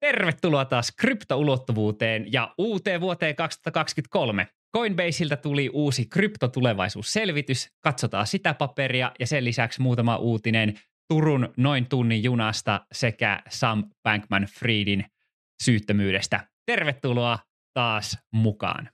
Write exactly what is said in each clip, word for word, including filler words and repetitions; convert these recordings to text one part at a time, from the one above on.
Tervetuloa taas kryptoulottuvuuteen ja uuteen vuoteen kaksituhattakaksikymmentäkolme. Coinbaseilta tuli uusi kryptotulevaisuusselvitys. Katsotaan sitä paperia ja sen lisäksi muutama uutinen Turun noin tunnin junasta sekä Sam Bankman-Friedin syyttömyydestä. Tervetuloa taas mukaan.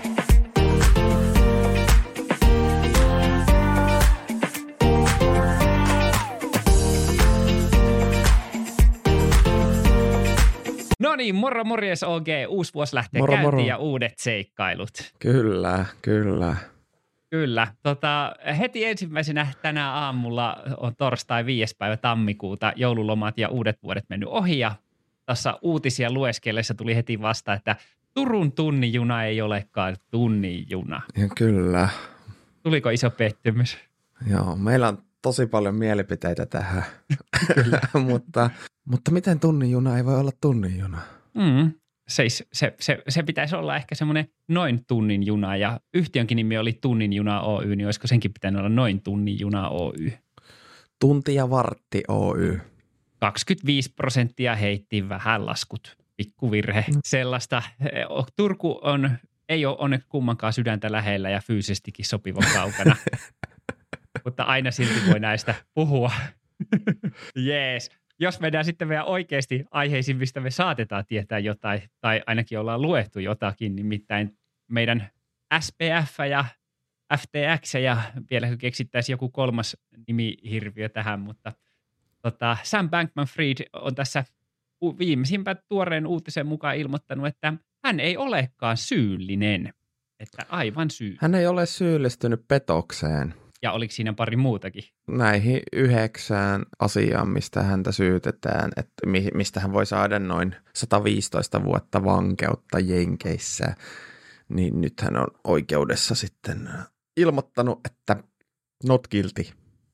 No niin, moro morjes O G, uusi vuosi lähtee moro, käyntiin moro. Ja uudet seikkailut. Kyllä, kyllä. Kyllä. Tota, heti ensimmäisenä tänä aamulla on torstai viides päivä tammikuuta, joululomat ja uudet vuodet mennyt ohi ja tuossa uutisia lueskellessa tuli heti vasta, että Turun tunnin juna ei olekaan tunnin juna. Ja kyllä. Tuliko iso pettymys? Joo, meillä on tosi paljon mielipiteitä tähän, mutta, mutta miten tunnin juna ei voi olla tunnin juna? Mm. Se, se, se, se pitäisi olla ehkä semmoinen noin tunnin juna ja yhtiönkin nimi oli Tunnin juna Oy, niin olisiko senkin pitänyt olla noin tunnin juna Oy? Tunti ja vartti Oy. kaksikymmentäviisi prosenttia heitti vähän laskut. Pikkuvirhe. Mm. Sellaista. Turku on, ei ole onneksi kummankaan sydäntä lähellä ja fyysisestikin sopivan kaukana. Mutta aina silti voi näistä puhua. Jees. Jos mennään sitten meidän oikeasti aiheisiin, mistä me saatetaan tietää jotain, tai ainakin ollaan luettu jotakin, nimittäin meidän S P F ja F T X ja vieläkö keksittäisiin joku kolmas nimihirviö tähän, mutta tota, Sam Bankman-Fried on tässä viimeisimpän tuoreen uutisen mukaan ilmoittanut, että hän ei olekaan syyllinen, että aivan syy. Hän ei ole syyllistynyt petokseen. Ja oliko siinä pari muutakin? Näihin yhdeksään asiaan, mistä häntä syytetään, että mistä hän voi saada noin sata viisitoista vuotta vankeutta Jenkeissä, niin nyt hän on oikeudessa sitten ilmoittanut, että not guilty.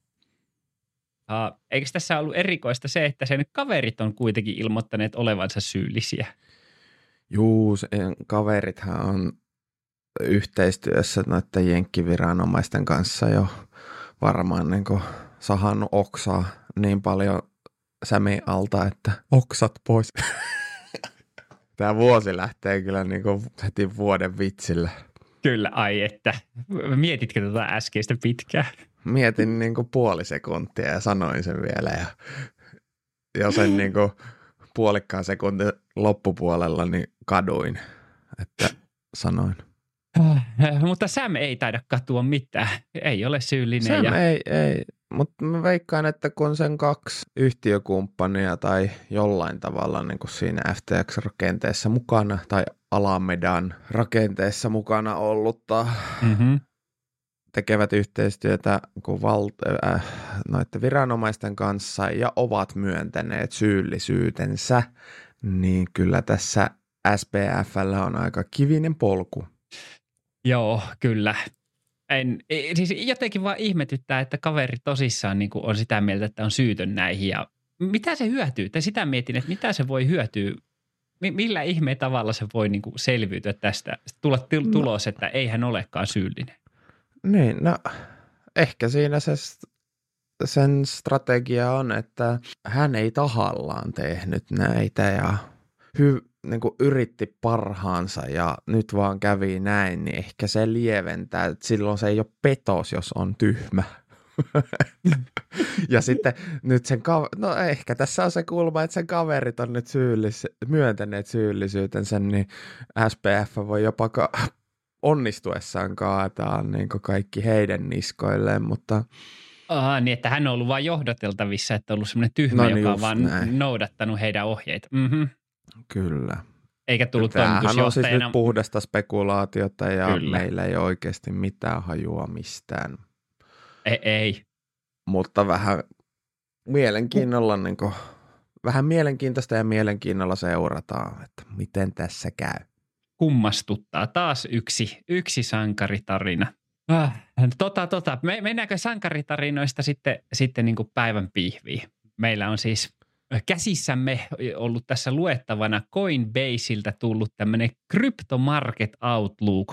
Uh, eikö tässä ollut erikoista se, että sen kaverit on kuitenkin ilmoittaneet olevansa syyllisiä? Juu, sen kaverithan on yhteistyössä noiden jenkkiviranomaisten kanssa jo varmaan niin kuin sahannut oksaa niin paljon sämi alta, että oksat pois. Tämä vuosi lähtee kyllä niin kuin heti vuoden vitsillä. Kyllä, ai että. Mietitkö tätä äskeistä pitkään? Mietin niin kuin puoli sekuntia ja sanoin sen vielä ja jo sen niin kuin puolikkaan sekuntin loppupuolella niin kaduin, että sanoin. Mutta Sam ei taida katua mitään. Ei ole syyllinen. Sam ja... ei, ei. Mutta mä veikkaan, että kun sen kaksi yhtiökumppania tai jollain tavalla niin kuin siinä F T X-rakenteessa mukana tai Alamedan rakenteessa mukana ollutta mm-hmm. tekevät yhteistyötä kuin val- äh, noiden viranomaisten kanssa ja ovat myöntäneet syyllisyytensä, niin kyllä tässä S P F:llä on aika kivinen polku. Joo, kyllä. En, siis jotenkin vaan ihmetyttää, että kaveri tosissaan niin kuin on sitä mieltä, että on syytön näihin. Ja mitä se hyötyy? Tai sitä mietin, että mitä se voi hyötyä? Millä ihmeen tavalla se voi niin kuin selviytyä tästä? Tulla tulos, no. Että ei hän olekaan syyllinen. Niin, no ehkä siinä se, sen strategia on, että hän ei tahallaan tehnyt näitä ja hy, niin kuin yritti parhaansa ja nyt vaan kävi näin, niin ehkä se lieventää, että silloin se ei ole petos, jos on tyhmä. Ja sitten nyt sen, ka- no ehkä tässä on se kulma, että sen kaverit on nyt syyllis- myöntäneet syyllisyytensä, niin S P F voi jopa ka- onnistuessaan kaataa niin kuin kaikki heidän niskoilleen, mutta... Aha, niin, että hän on ollut vain johdateltavissa, että on ollut semmoinen tyhmä, no niin, joka on vaan näin. Noudattanut heidän ohjeita. Mm-hmm. Kyllä. Eikä tullut toimitusjohtajana. Tämähän on siis nyt puhdasta spekulaatiota ja Kyllä. Meillä ei ole oikeasti mitään hajua mistään. Ei. ei. Mutta vähän mielenkiinnolla, niin kuin, vähän mielenkiintoista ja mielenkiinnolla seurataan, että miten tässä käy. Kummastuttaa. Taas yksi, yksi sankaritarina. Ah, tota, tota. Mennäänkö sankaritarinoista sitten, sitten niin kuin päivän pihviin? Meillä on siis käsissämme ollut tässä luettavana Coinbaseilta tullut tämmöinen Crypto Market Outlook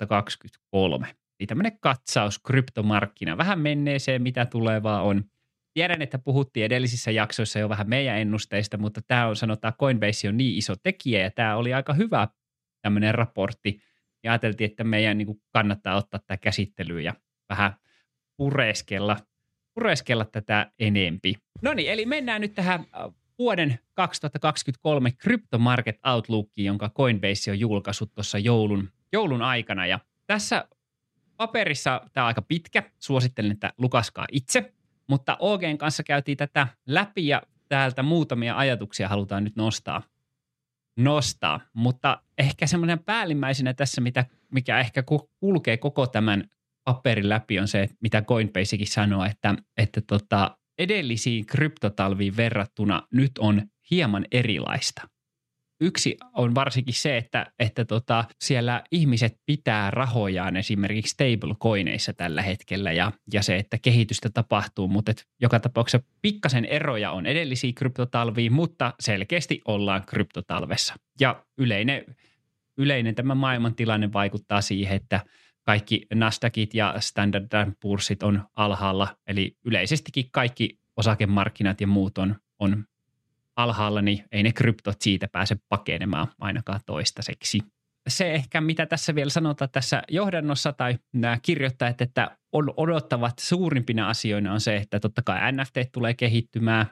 kaksituhattakaksikymmentäkolme. Eli tämmöinen katsaus kryptomarkkina. Vähän menneeseen, mitä tulevaa on. tiedän, että puhuttiin edellisissä jaksoissa jo vähän meidän ennusteista, mutta tämä on sanotaan, Coinbase on niin iso tekijä ja tämä oli aika hyvä tämmöinen raportti. Ja ajateltiin, että meidän niin kuin kannattaa ottaa tämä käsittelyyn ja vähän pureskella, pureskella tätä enempi. No niin, eli mennään nyt tähän vuoden kaksituhattakaksikymmentäkolme Crypto Market Outlookiin, jonka Coinbase on julkaissut tuossa joulun, joulun aikana. Ja tässä paperissa tämä on aika pitkä, suosittelen, että lukaskaa itse, mutta O G:n kanssa käytiin tätä läpi ja täältä muutamia ajatuksia halutaan nyt nostaa. nostaa. Mutta ehkä semmoinen päällimmäisenä tässä, mitä, mikä ehkä kulkee koko tämän paperin läpi on se, mitä Coinbasekin sanoo, että, että tota, edellisiin kryptotalviin verrattuna nyt on hieman erilaista. Yksi on varsinkin se, että, että tota, siellä ihmiset pitää rahojaan esimerkiksi stablecoineissa tällä hetkellä ja, ja se, että kehitystä tapahtuu, mutta et joka tapauksessa pikkasen eroja on edellisiin kryptotalviin, mutta selkeästi ollaan kryptotalvessa. Ja yleinen, yleinen tämä maailmantilanne vaikuttaa siihen, että kaikki Nasdaqit ja Standard and Poor'sit on alhaalla, eli yleisestikin kaikki osakemarkkinat ja muut on, on alhaalla, niin ei ne kryptot siitä pääse pakenemaan ainakaan toistaiseksi. Se ehkä, mitä tässä vielä sanotaan tässä johdannossa tai nämä kirjoittajat, että on odottavat suurimpina asioina on se, että totta kai N F T tulee kehittymään,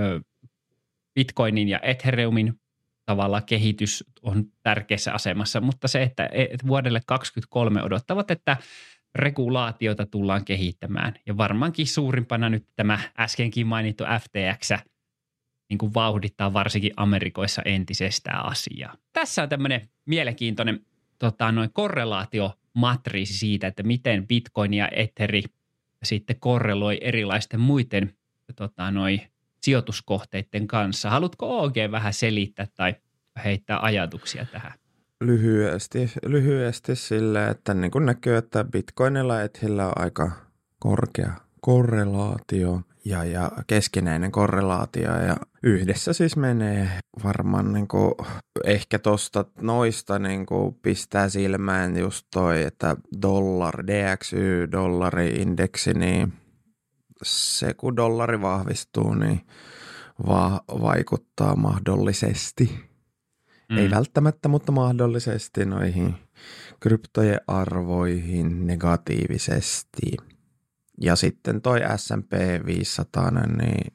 Bitcoinin ja Ethereumin tavalla kehitys on tärkeässä asemassa, mutta se, että vuodelle kaksikymmentäkolme odottavat, että regulaatiota tullaan kehittämään. Ja varmaankin suurimpana nyt tämä äskenkin mainittu F T X niin kuin vauhdittaa varsinkin Amerikoissa entisestään asiaa. Tässä on tämmöinen mielenkiintoinen tota, noin korrelaatiomatriisi siitä, että miten Bitcoin ja Etheri sitten korreloi erilaisten muiden tota, noin sijoituskohteiden kanssa. Haluatko O G vähän selittää tai heittää ajatuksia tähän? Lyhyesti, lyhyesti sille, että niin kuin näkyy, että Bitcoinilla ja Ethillä on aika korkea korrelaatio ja, ja keskinäinen korrelaatio ja yhdessä siis menee varmaan niin kuin, ehkä tuosta noista niin kuin pistää silmään just toi, että dollar, D X Y, dollari-indeksi, niin se kun dollari vahvistuu, niin va- vaikuttaa mahdollisesti, mm. ei välttämättä, mutta mahdollisesti noihin kryptojen arvoihin negatiivisesti. Ja sitten toi S and P viisisataa, niin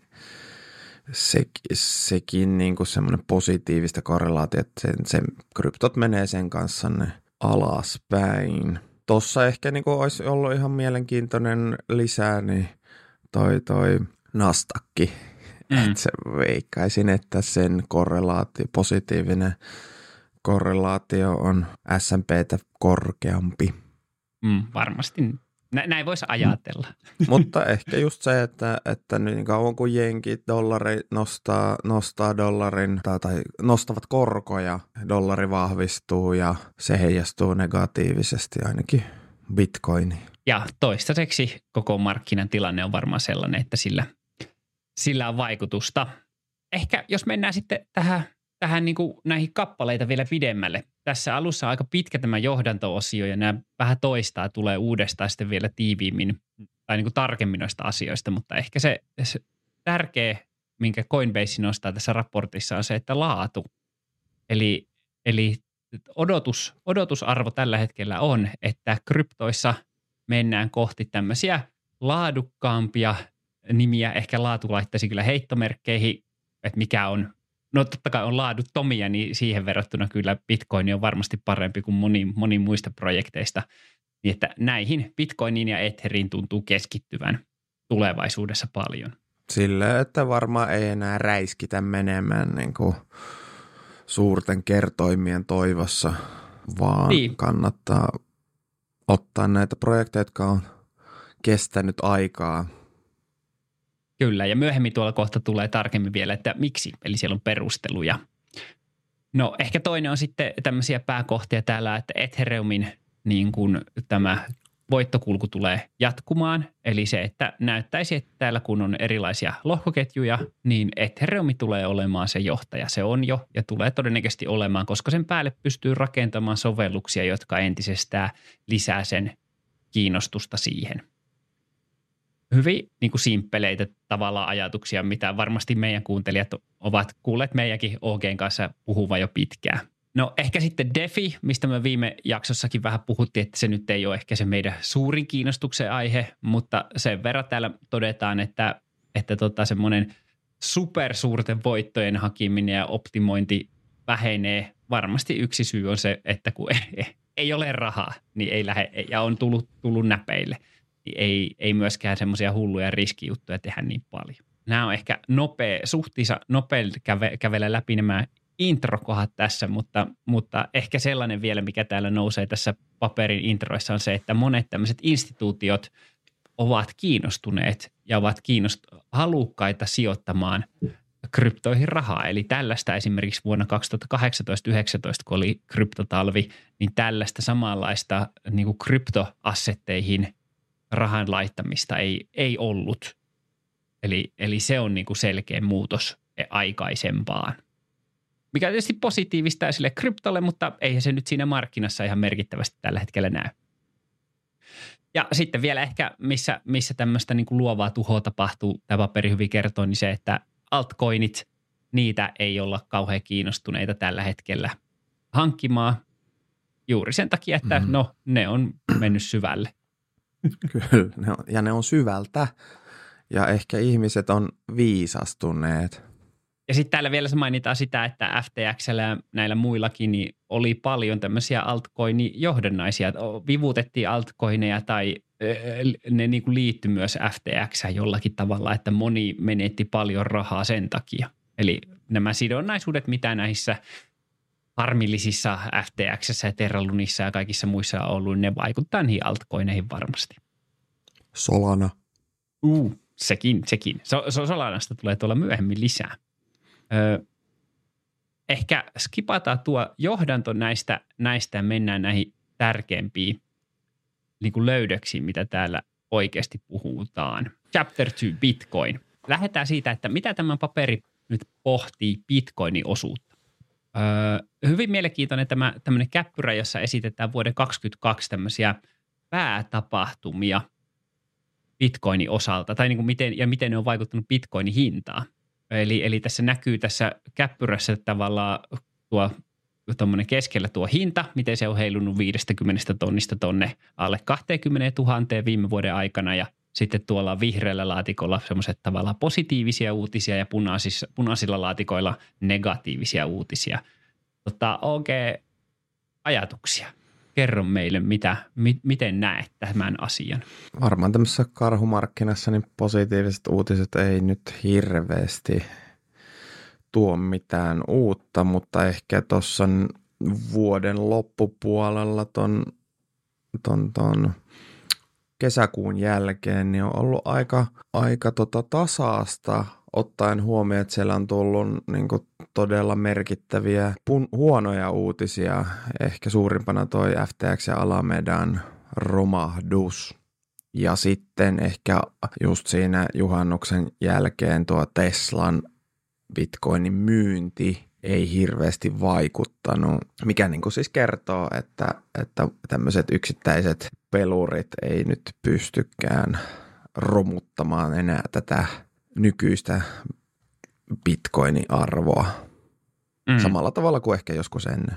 se, sekin niin kuin semmoinen positiivista korrelaatio, että sen, sen kryptot menee sen kanssa ne alaspäin. Tossa ehkä niin kuin olisi ollut ihan mielenkiintoinen lisää, niin toi toi Nasdaq. Mm. Että se veikkaisin, että sen korrelaatio, positiivinen korrelaatio on S and P:tä korkeampi. Mm, varmasti. Näin voisi ajatella. Mutta ehkä just se, että, että niin kauan kuin jenkit dollari nostaa, nostaa dollarin tai, tai nostavat korkoja, dollari vahvistuu ja se heijastuu negatiivisesti ainakin Bitcoiniin. Ja toistaiseksi koko markkinan tilanne on varmaan sellainen, että sillä, sillä on vaikutusta. Ehkä jos mennään sitten tähän, tähän niin kuin näihin kappaleita vielä pidemmälle. Tässä alussa on aika pitkä tämä johdanto-osio ja nämä vähän toistaa tulee uudestaan sitten vielä tiiviimmin tai niin kuin tarkemmin noista asioista, mutta ehkä se, se tärkeä, minkä Coinbase nostaa tässä raportissa on se, että laatu. Eli, eli odotus, odotusarvo tällä hetkellä on, että kryptoissa mennään kohti tämmöisiä laadukkaampia nimiä, ehkä laatu laittaisi kyllä heittomerkkeihin, että mikä on. No totta kai on laaduttomia, niin siihen verrattuna kyllä Bitcoin on varmasti parempi kuin moni, moni muista projekteista. Niin että näihin Bitcoiniin ja Etheriin tuntuu keskittyvän tulevaisuudessa paljon. Sillä, että varmaan ei enää räiskitä menemään niin kuin suurten kertoimien toivossa, vaan niin. Kannattaa ottaa näitä projekteja, jotka on kestänyt aikaa. Kyllä, ja myöhemmin tuolla kohta tulee tarkemmin vielä, että miksi, eli siellä on perusteluja. No ehkä toinen on sitten tämmöisiä pääkohtia täällä, että Ethereumin niin kuin tämä voittokulku tulee jatkumaan. Eli se, että näyttäisi, että täällä kun on erilaisia lohkoketjuja, niin Ethereum tulee olemaan se johtaja. Se on jo ja tulee todennäköisesti olemaan, koska sen päälle pystyy rakentamaan sovelluksia, jotka entisestään lisää sen kiinnostusta siihen. hyvin niin kuin simppeleitä tavallaan ajatuksia, mitä varmasti meidän kuuntelijat ovat kuulleet meidänkin O G:n kanssa puhuva jo pitkään. No ehkä sitten DeFi, mistä me viime jaksossakin vähän puhuttiin, että se nyt ei ole ehkä se meidän suurin kiinnostuksen aihe, mutta sen verran täällä todetaan, että, että tota semmoinen supersuurten voittojen hakiminen ja optimointi vähenee. Varmasti yksi syy on se, että kun ei, ei ole rahaa, niin ei lähde ja on tullut, tullut näpeille. Niin ei, ei myöskään semmoisia hulluja riskijuttuja tehdä niin paljon. Nämä on ehkä nopea, suhtiisa nopea käve, kävellä läpi nämä introkohat tässä, mutta, mutta ehkä sellainen vielä, mikä täällä nousee tässä paperin introissa on se, että monet tämmöiset instituutiot ovat kiinnostuneet ja ovat kiinnost- halukkaita sijoittamaan kryptoihin rahaa. Eli tällaista esimerkiksi vuonna kaksituhattakahdeksantoista yhdeksäntoista, kun oli kryptotalvi, niin tällaista samanlaista niin kuin kryptoassetteihin rahan laittamista ei, ei ollut. Eli, eli se on niin kuin selkeä muutos aikaisempaan. Mikä on tietysti positiivista sille kryptolle, mutta eihän se nyt siinä markkinassa ihan merkittävästi tällä hetkellä näy. Ja sitten vielä ehkä, missä, missä tämmöistä niin kuin luovaa tuhoa tapahtuu, tämä paperi hyvin kertoo, niin se, että altcoinit, niitä ei olla kauhean kiinnostuneita tällä hetkellä hankkimaan juuri sen takia, että mm. no ne on mennyt syvälle. Kyllä, ne on, ja ne on syvältä ja ehkä ihmiset on viisastuneet. Ja sitten täällä vielä se mainitaan sitä, että F T X:llä ja näillä muillakin niin oli paljon tämmöisiä altcoin-johdannaisia. Vivutettiin altcoineja tai ne niin kuin liittyi myös F T X:ään jollakin tavalla, että moni menetti paljon rahaa sen takia. Eli nämä sidonnaisuudet, mitä näissä harmillisissa F T X:ssä ja Terra Lunissa ja kaikissa muissa on ollut, ne vaikuttaa niihin altcoineihin varmasti. Solana. Uh, sekin, sekin. So, so, Solanasta tulee tuolla myöhemmin lisää. Öö, ehkä skipataan tuo johdanto näistä, näistä ja mennään näihin tärkeimpiin niin kuin löydöksiin, mitä täällä oikeasti puhutaan. Chapter two, Bitcoin. Lähdetään siitä, että mitä tämä paperi nyt pohtii Bitcoinin osuutta. Öö, hyvin mielenkiintoinen tämä tämmöinen käppyrä, jossa esitetään vuoden kaksikymmentäkaksi tämmöisiä päätapahtumia Bitcoinin osalta, tai niin kuin miten, ja miten ne on vaikuttanut Bitcoinin hintaan. Eli, eli tässä näkyy tässä käppyrässä tavallaan tuo tuommoinen keskellä tuo hinta, miten se on heilunut viidestäkymmenestä tonnista tonne alle kaksikymmentätuhatta viime vuoden aikana ja sitten tuolla vihreällä laatikolla semmoiset tavallaan positiivisia uutisia ja punaisilla, punaisilla laatikoilla negatiivisia uutisia. Tota, oikein ajatuksia. Kerro meille, mitä, mi, miten näet tämän asian. Varmaan tämmöisessä karhumarkkinassa niin positiiviset uutiset ei nyt hirveästi tuo mitään uutta, mutta ehkä tuossa vuoden loppupuolella ton, ton, ton kesäkuun jälkeen niin on ollut aika, aika tota tasaista ottaen huomioon, että siellä on tullut niin kuin todella merkittäviä pun- huonoja uutisia. Ehkä suurimpana toi F T X ja Alamedan romahdus. Ja sitten ehkä just siinä juhannuksen jälkeen tuo Teslan Bitcoinin myynti ei hirveästi vaikuttanut, mikä niin kuin siis kertoo, että, että tämmöiset yksittäiset pelurit ei nyt pystykään romuttamaan enää tätä nykyistä Bitcoinin arvoa mm. samalla tavalla kuin ehkä joskus ennen.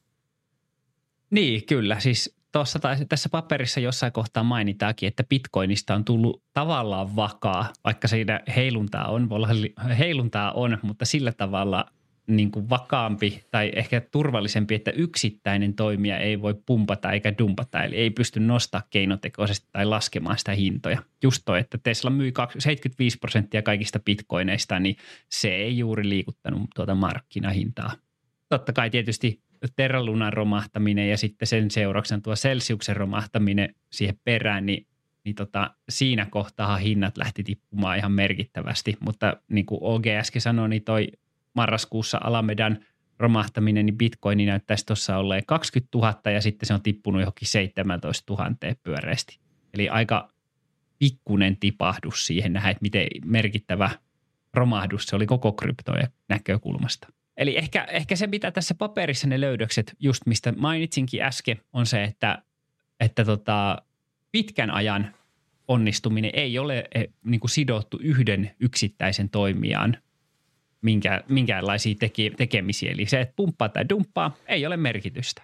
Niin, kyllä. Siis tuossa tai tässä paperissa jossain kohtaa mainitaakin, että Bitcoinista on tullut tavallaan vakaa, vaikka siinä heiluntaa on, heiluntaa on, mutta sillä tavalla niin kuin vakaampi tai ehkä turvallisempi, että yksittäinen toimija ei voi pumpata eikä dumpata, eli ei pysty nostaa keinotekoisesti tai laskemaan sitä hintoja. Just toi, että Tesla myi seitsemänkymmentäviisi prosenttia kaikista bitcoineista, niin se ei juuri liikuttanut tuota markkinahintaa. Totta kai tietysti Terra Lunan romahtaminen ja sitten sen seurauksena tuo Celsiuksen romahtaminen siihen perään, niin, niin tota, siinä kohtaa hinnat lähti tippumaan ihan merkittävästi, mutta niin kuin O G äsken sanoi, niin toi marraskuussa Alamedan romahtaminen, niin bitcoini näyttäisi tuossa olleen kaksikymmentätuhatta ja sitten se on tippunut johonkin seitsemäntoistatuhatta pyöreästi. Eli aika pikkunen tipahdus siihen nähdä, että miten merkittävä romahdus se oli koko kryptojen näkökulmasta. Eli ehkä, ehkä se, mitä tässä paperissa ne löydökset, just mistä mainitsinkin äsken, on se, että, että tota, pitkän ajan onnistuminen ei ole niin kuin sidottu yhden yksittäisen toimijan minkä, minkäänlaisia teke, tekemisiä. Eli se, että pumppaa tai dumppaa, ei ole merkitystä.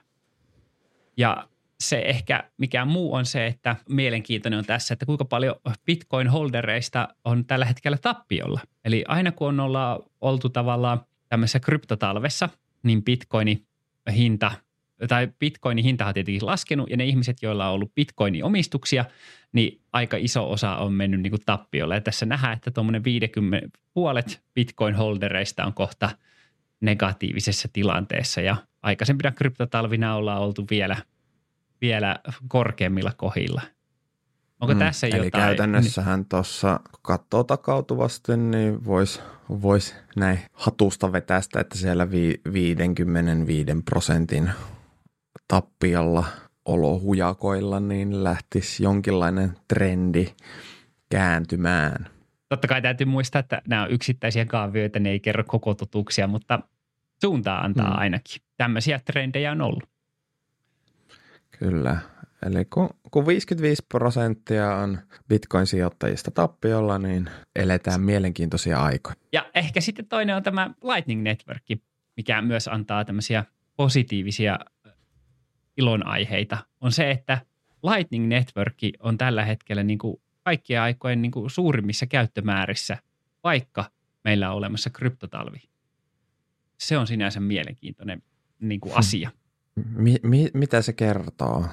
Ja se ehkä mikä muu on se, että mielenkiintoinen on tässä, että kuinka paljon Bitcoin-holdereista on tällä hetkellä tappiolla. Eli aina kun on olla oltu tavallaan tämmöisessä kryptotalvessa, niin Bitcoinin hinta, tai Bitcoinin hinta on tietenkin laskenut, ja ne ihmiset, joilla on ollut Bitcoinin omistuksia, niin aika iso osa on mennyt niin kuin tappiolle. Ja tässä nähdään, että tuommoinen viisikymmentä puolet Bitcoin-holdereista on kohta negatiivisessa tilanteessa, ja aikaisempina kryptotalvina ollaan oltu vielä vielä korkeammilla kohdilla. Onko mm, tässä eli jotain? Eli käytännössähän tuossa, kun katsoo takautuvasti, niin voisi vois näin hatusta vetästä, että siellä vi, viisikymmentäviisi prosentin tappiolla olohujakoilla niin lähtisi jonkinlainen trendi kääntymään. Totta kai täytyy muistaa, että nämä on yksittäisiä kaavioita, ne ei kerro koko totuuksia, mutta suuntaa antaa mm. ainakin. Tämmöisiä trendejä on ollut. Kyllä. Eli kun, kun viisikymmentäviisi prosenttia on Bitcoin-sijoittajista tappiolla, niin eletään mielenkiintoisia aikoja. Ja ehkä sitten toinen on tämä Lightning Network, mikä myös antaa tämmöisiä positiivisia ilonaiheita. On se, että Lightning Network on tällä hetkellä niin kuin kaikkien aikojen niin kuin suurimmissa käyttömäärissä, vaikka meillä on olemassa kryptotalvi. Se on sinänsä mielenkiintoinen niin kuin asia. Mi, mi, mitä se kertoo?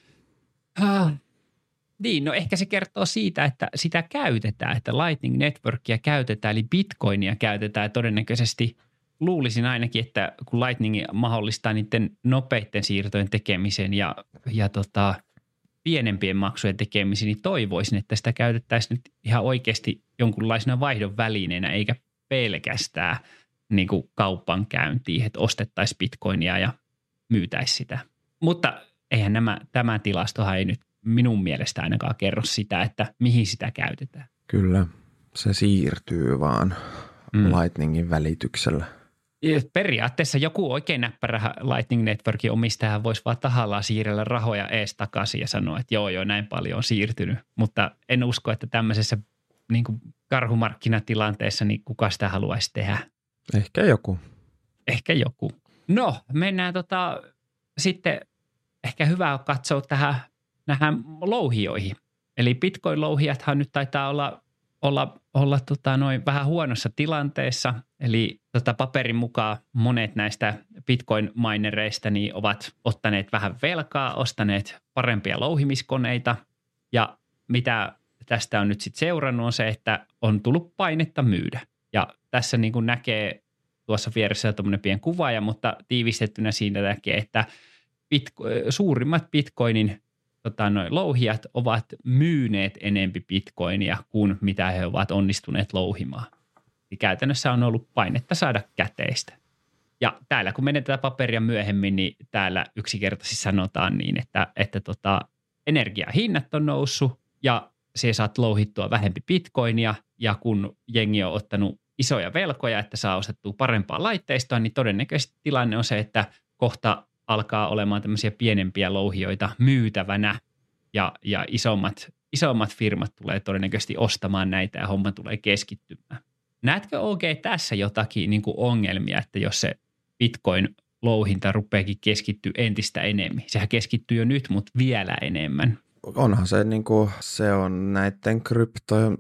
Ah, niin, no ehkä se kertoo siitä, että sitä käytetään, että Lightning Networkia käytetään, eli Bitcoinia käytetään. Todennäköisesti luulisin ainakin, että kun Lightning mahdollistaa niiden nopeiden siirtojen tekemisen ja, ja tota, pienempien maksujen tekemisen, niin toivoisin, että sitä käytettäisiin nyt ihan oikeasti jonkunlaisena vaihdon välineenä, eikä pelkästään niin kuin kaupankäyntiin, että ostettaisiin Bitcoinia ja myytäisi sitä. Mutta eihän nämä, tämä tilastohan ei nyt minun mielestä ainakaan kerro sitä, että mihin sitä käytetään. Kyllä, se siirtyy vaan mm. Lightningin välityksellä. Periaatteessa joku oikein näppärä Lightning Networkin omistaja voisi vaan tahallaan siirrellä rahoja ees takaisin ja sanoa, että joo joo näin paljon on siirtynyt. Mutta en usko, että tämmöisessä niin kuin karhumarkkinatilanteessa niin kuka sitä haluaisi tehdä. Ehkä joku. Ehkä joku. No, mennään tota, sitten ehkä hyvä katsoa tähän näihin louhioihin. Eli Bitcoin-louhijathan nyt taitaa olla, olla, olla tota noin vähän huonossa tilanteessa. Eli tota paperin mukaan monet näistä Bitcoin-minereista niin ovat ottaneet vähän velkaa, ostaneet parempia louhimiskoneita. Ja mitä tästä on nyt sitten seurannut on se, että on tullut painetta myydä. Ja tässä niin kuin näkee tuossa vieressä on tuommoinen pieni kuvaaja, mutta tiivistettynä siinä näkee, että bitco- suurimmat Bitcoinin tota, noin louhijat ovat myyneet enempi Bitcoinia kuin mitä he ovat onnistuneet louhimaan. Eli käytännössä on ollut painetta saada käteistä. Ja täällä kun menee tätä paperia myöhemmin, niin täällä yksinkertaisesti sanotaan niin, että, että tota, energiahinnat on noussut ja se saat louhittua vähempi Bitcoinia ja kun jengi on ottanut isoja velkoja, että saa ostettua parempaa laitteistoa, niin todennäköisesti tilanne on se, että kohta alkaa olemaan tämmöisiä pienempiä louhioita myytävänä ja, ja isommat, isommat firmat tulee todennäköisesti ostamaan näitä ja homma tulee keskittymään. Näetkö oikein okay, tässä jotakin niin kuin ongelmia, että jos se Bitcoin-louhinta rupeakin keskittyä entistä enemmän? Sehän keskittyy jo nyt, mutta vielä enemmän. Onhan se, niin kuin, se on näiden kryptojen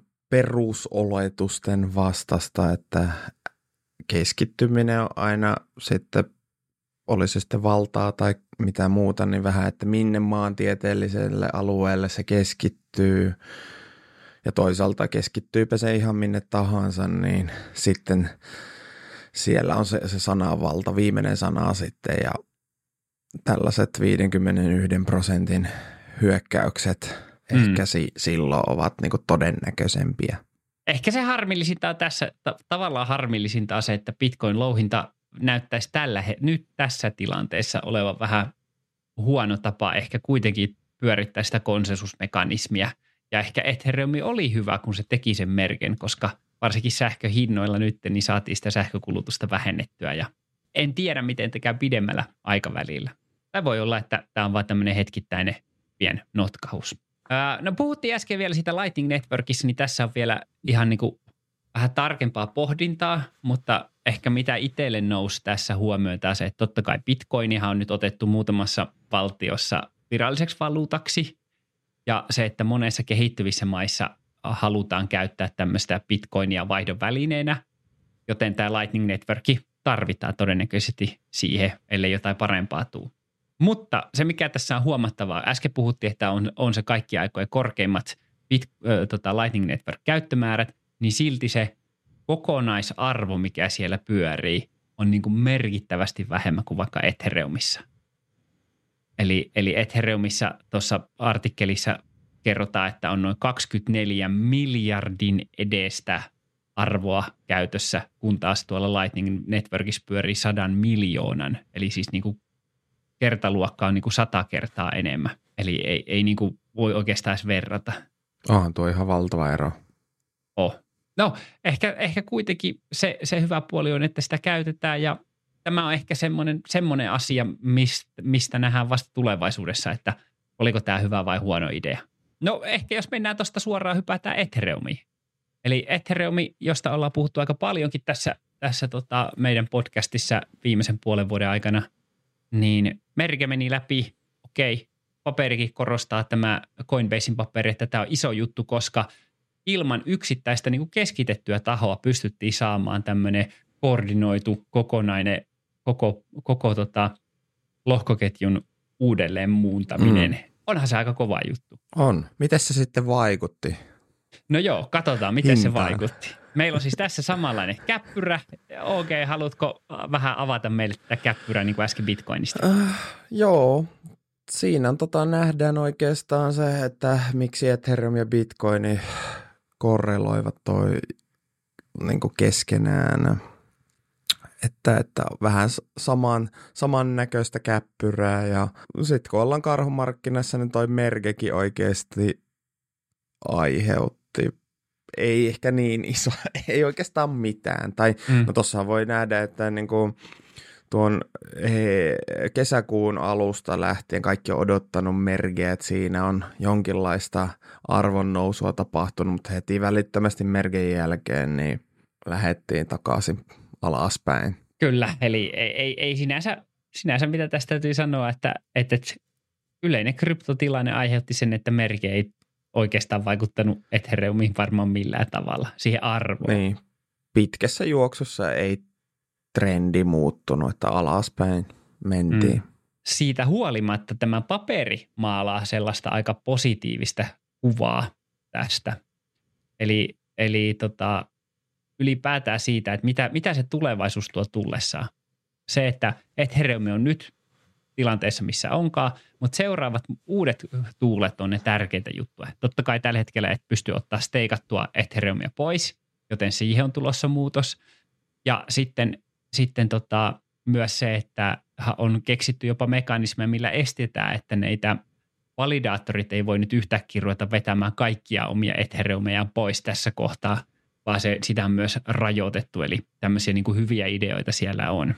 perusoletusten vastasta, että keskittyminen on aina sitten, olisi sitten valtaa tai mitä muuta, niin vähän, että minne maantieteelliselle alueelle se keskittyy. Ja toisaalta keskittyypä se ihan minne tahansa, niin sitten siellä on se, se sanavalta, viimeinen sana sitten ja tällaiset viisikymmentäyksi prosentin hyökkäykset mm. ehkä si- silloin ovat niinku todennäköisempiä. Ehkä se harmillisinta on tässä, ta- tavallaan harmillisinta on se, että Bitcoin-louhinta näyttäisi tällä he- nyt tässä tilanteessa olevan vähän huono tapa ehkä kuitenkin pyörittää sitä konsensusmekanismia. Ja ehkä Ethereum oli hyvä, kun se teki sen merken, koska varsinkin sähköhinnoilla nyt niin saatiin sitä sähkökulutusta vähennettyä. Ja en tiedä, miten te käy pidemmällä aikavälillä. Tai voi olla, että tämä on vain tämmöinen hetkittäinen pien notkahus. No puhuttiin äsken vielä siitä Lightning Networkissa, niin tässä on vielä ihan niin kuin vähän tarkempaa pohdintaa, mutta ehkä mitä itselle nousi tässä huomioon taas, että totta kai Bitcoinihan on nyt otettu muutamassa valtiossa viralliseksi valuutaksi ja se, että monessa kehittyvissä maissa halutaan käyttää tämmöistä Bitcoinia vaihdon välineenä, joten tämä Lightning Network tarvitaan todennäköisesti siihen, ellei jotain parempaa tule. Mutta se, mikä tässä on huomattavaa, äsken puhuttiin, että on, on se kaikki aikojen korkeimmat bit, ö, tota Lightning Network-käyttömäärät, niin silti se kokonaisarvo, mikä siellä pyörii, on niin kuin merkittävästi vähemmän kuin vaikka Ethereumissa. Eli, eli Ethereumissa tuossa artikkelissa kerrotaan, että on noin kaksikymmentäneljä miljardin edestä arvoa käytössä, kun taas tuolla Lightning Networkissa pyörii sadan miljoonan, eli siis niin kuin kertaluokka on niin kuin sata kertaa enemmän. Eli ei, ei niin kuin voi oikeastaan edes verrata. Onhan tuo ihan valtava ero. Oh. No, ehkä, ehkä kuitenkin se, se hyvä puoli on, että sitä käytetään ja tämä on ehkä semmoinen, semmoinen asia, mistä, mistä nähdään vasta tulevaisuudessa, että oliko tämä hyvä vai huono idea. No ehkä jos mennään tuosta suoraan hypätään Ethereumiin. Eli Ethereumi, josta ollaan puhuttu aika paljonkin tässä, tässä tota meidän podcastissa viimeisen puolen vuoden aikana, niin merke meni läpi. Okei, paperikin korostaa tämä Coinbasen paperi, että tämä on iso juttu, koska ilman yksittäistä niin kuin keskitettyä tahoa pystyttiin saamaan tämmöinen koordinoitu kokonainen koko, koko tota, lohkoketjun uudelleen muuntaminen. Mm. Onhan se aika kova juttu. On. Miten se sitten vaikutti? No joo, katsotaan miten Hintaan. se vaikutti. Meillä on siis tässä samanlainen käppyrä. Okei, haluatko vähän avata meille tätä käppyrää niin kuin äsken Bitcoinista? Uh, joo, siinä tota nähdään oikeastaan se, että miksi Ethereum ja Bitcoin korreloivat toi niin kuin keskenään. Että, että vähän saman, samannäköistä käppyrää ja sitten kun ollaan karhumarkkinassa, niin toi merkekin oikeasti aiheutti. Ei ehkä niin iso, ei oikeastaan mitään. Tai mm. no tossahan voi nähdä, että niin kuin tuon he, kesäkuun alusta lähtien kaikki on odottanut merkeä, että siinä on jonkinlaista arvonnousua tapahtunut, mutta heti välittömästi merken jälkeen niin lähdettiin takaisin alaspäin. Kyllä, eli ei, ei, ei sinänsä, sinänsä mitä tästä täytyy sanoa, että, että yleinen kryptotilanne aiheutti sen, että merke ei oikeastaan vaikuttanut Ethereumiin varmaan millään tavalla siihen arvoon. Niin, pitkässä juoksussa ei trendi muuttunut, että alaspäin mentiin. Mm. Siitä huolimatta tämä paperi maalaa sellaista aika positiivista kuvaa tästä. Eli, eli tota, ylipäätään siitä, että mitä, mitä se tulevaisuus tuo tullessaan. Se, että Ethereum on nyt tilanteessa, missä onkaan, mutta seuraavat uudet tuulet on ne tärkeitä juttuja. Totta kai tällä hetkellä et pysty ottaa steikattua Ethereumia pois, joten siihen on tulossa muutos. Ja sitten, sitten tota, myös se, että on keksitty jopa mekanismeja, millä estetään, että neitä validaattorit ei voi nyt yhtäkkiä ruveta vetämään kaikkia omia Ethereumeja pois tässä kohtaa, vaan se, sitä on myös rajoitettu, eli tämmöisiä niin kuin hyviä ideoita siellä on.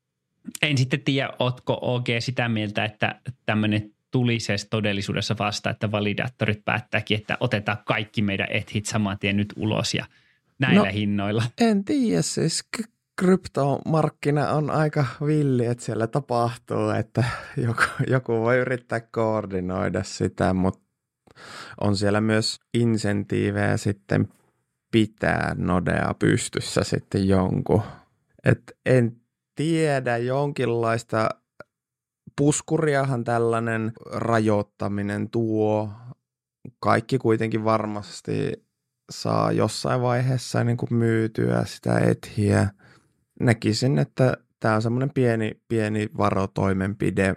En sitten tiedä, ootko O G sitä mieltä, että tämmöinen tulisi todellisuudessa vasta, että validaattorit päättääkin, että otetaan kaikki meidän ethit saman tien nyt ulos ja näillä no, hinnoilla. En tiedä, siis kryptomarkkina on aika villi, että siellä tapahtuu, että joku, joku voi yrittää koordinoida sitä, mutta on siellä myös insentiivejä sitten pitää nodea pystyssä sitten jonkun. Et en tiedä, jonkinlaista puskuriahan tällainen rajoittaminen tuo. Kaikki kuitenkin varmasti saa jossain vaiheessa niin kuin myytyä sitä ethiä. Näkisin, että tämä on semmoinen pieni, pieni varotoimenpide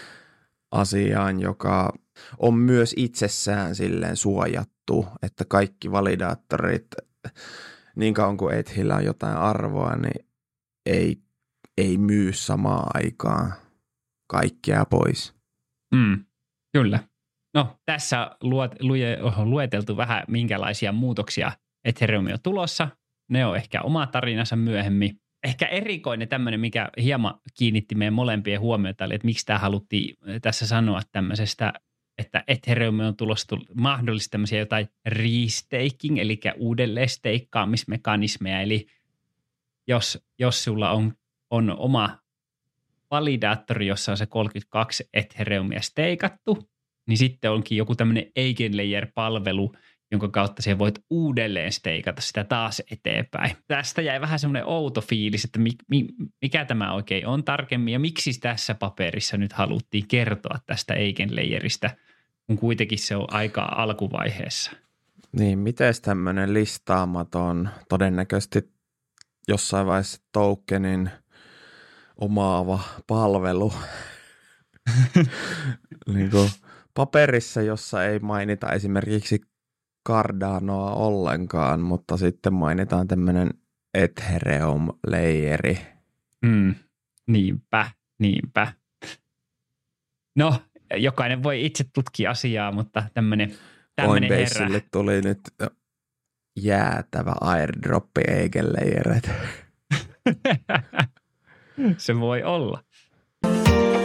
asiaan, joka on myös itsessään silleen suojattu, että kaikki validaattorit, niin kauan kuin ethillä on jotain arvoa, niin ei, ei myy samaan aikaan kaikkea pois. Mm, kyllä. No tässä luet, lue, on lueteltu vähän minkälaisia muutoksia Ethereum on tulossa. Ne on ehkä oma tarinansa myöhemmin. Ehkä erikoinen tämmöinen, mikä hieman kiinnitti meidän molempien huomiota, eli että miksi tämä haluttiin tässä sanoa tämmöisestä että Ethereum on tulossa mahdollisesti tämmöisiä jotain restaking, eli uudelleen steikkaamismekanismeja. Eli jos, jos sulla on, on oma validaattori, jossa on se kolmekymmentäkaksi Ethereumia steikattu, niin sitten onkin joku tämmöinen Eigenlayer-palvelu, jonka kautta sä voit uudelleen steikata sitä taas eteenpäin. Tästä jäi vähän semmoinen outo fiilis, että mi, mi, mikä tämä oikein on tarkemmin ja miksi tässä paperissa nyt haluttiin kertoa tästä Eigenlayerista, kun kuitenkin se on aika alkuvaiheessa. Niin, miten tämmöinen listaamaton, todennäköisesti jossain vaiheessa tokenin omaava palvelu niin kuin paperissa, jossa ei mainita esimerkiksi Cardanoa ollenkaan, mutta sitten mainitaan tämmöinen Ethereum-layeri. Mm, niinpä, niinpä. No, jokainen voi itse tutkia asiaa, mutta tämmöinen Coinbaselle tuli nyt jäätävä airdroppi Eigenlayereita. Se voi olla.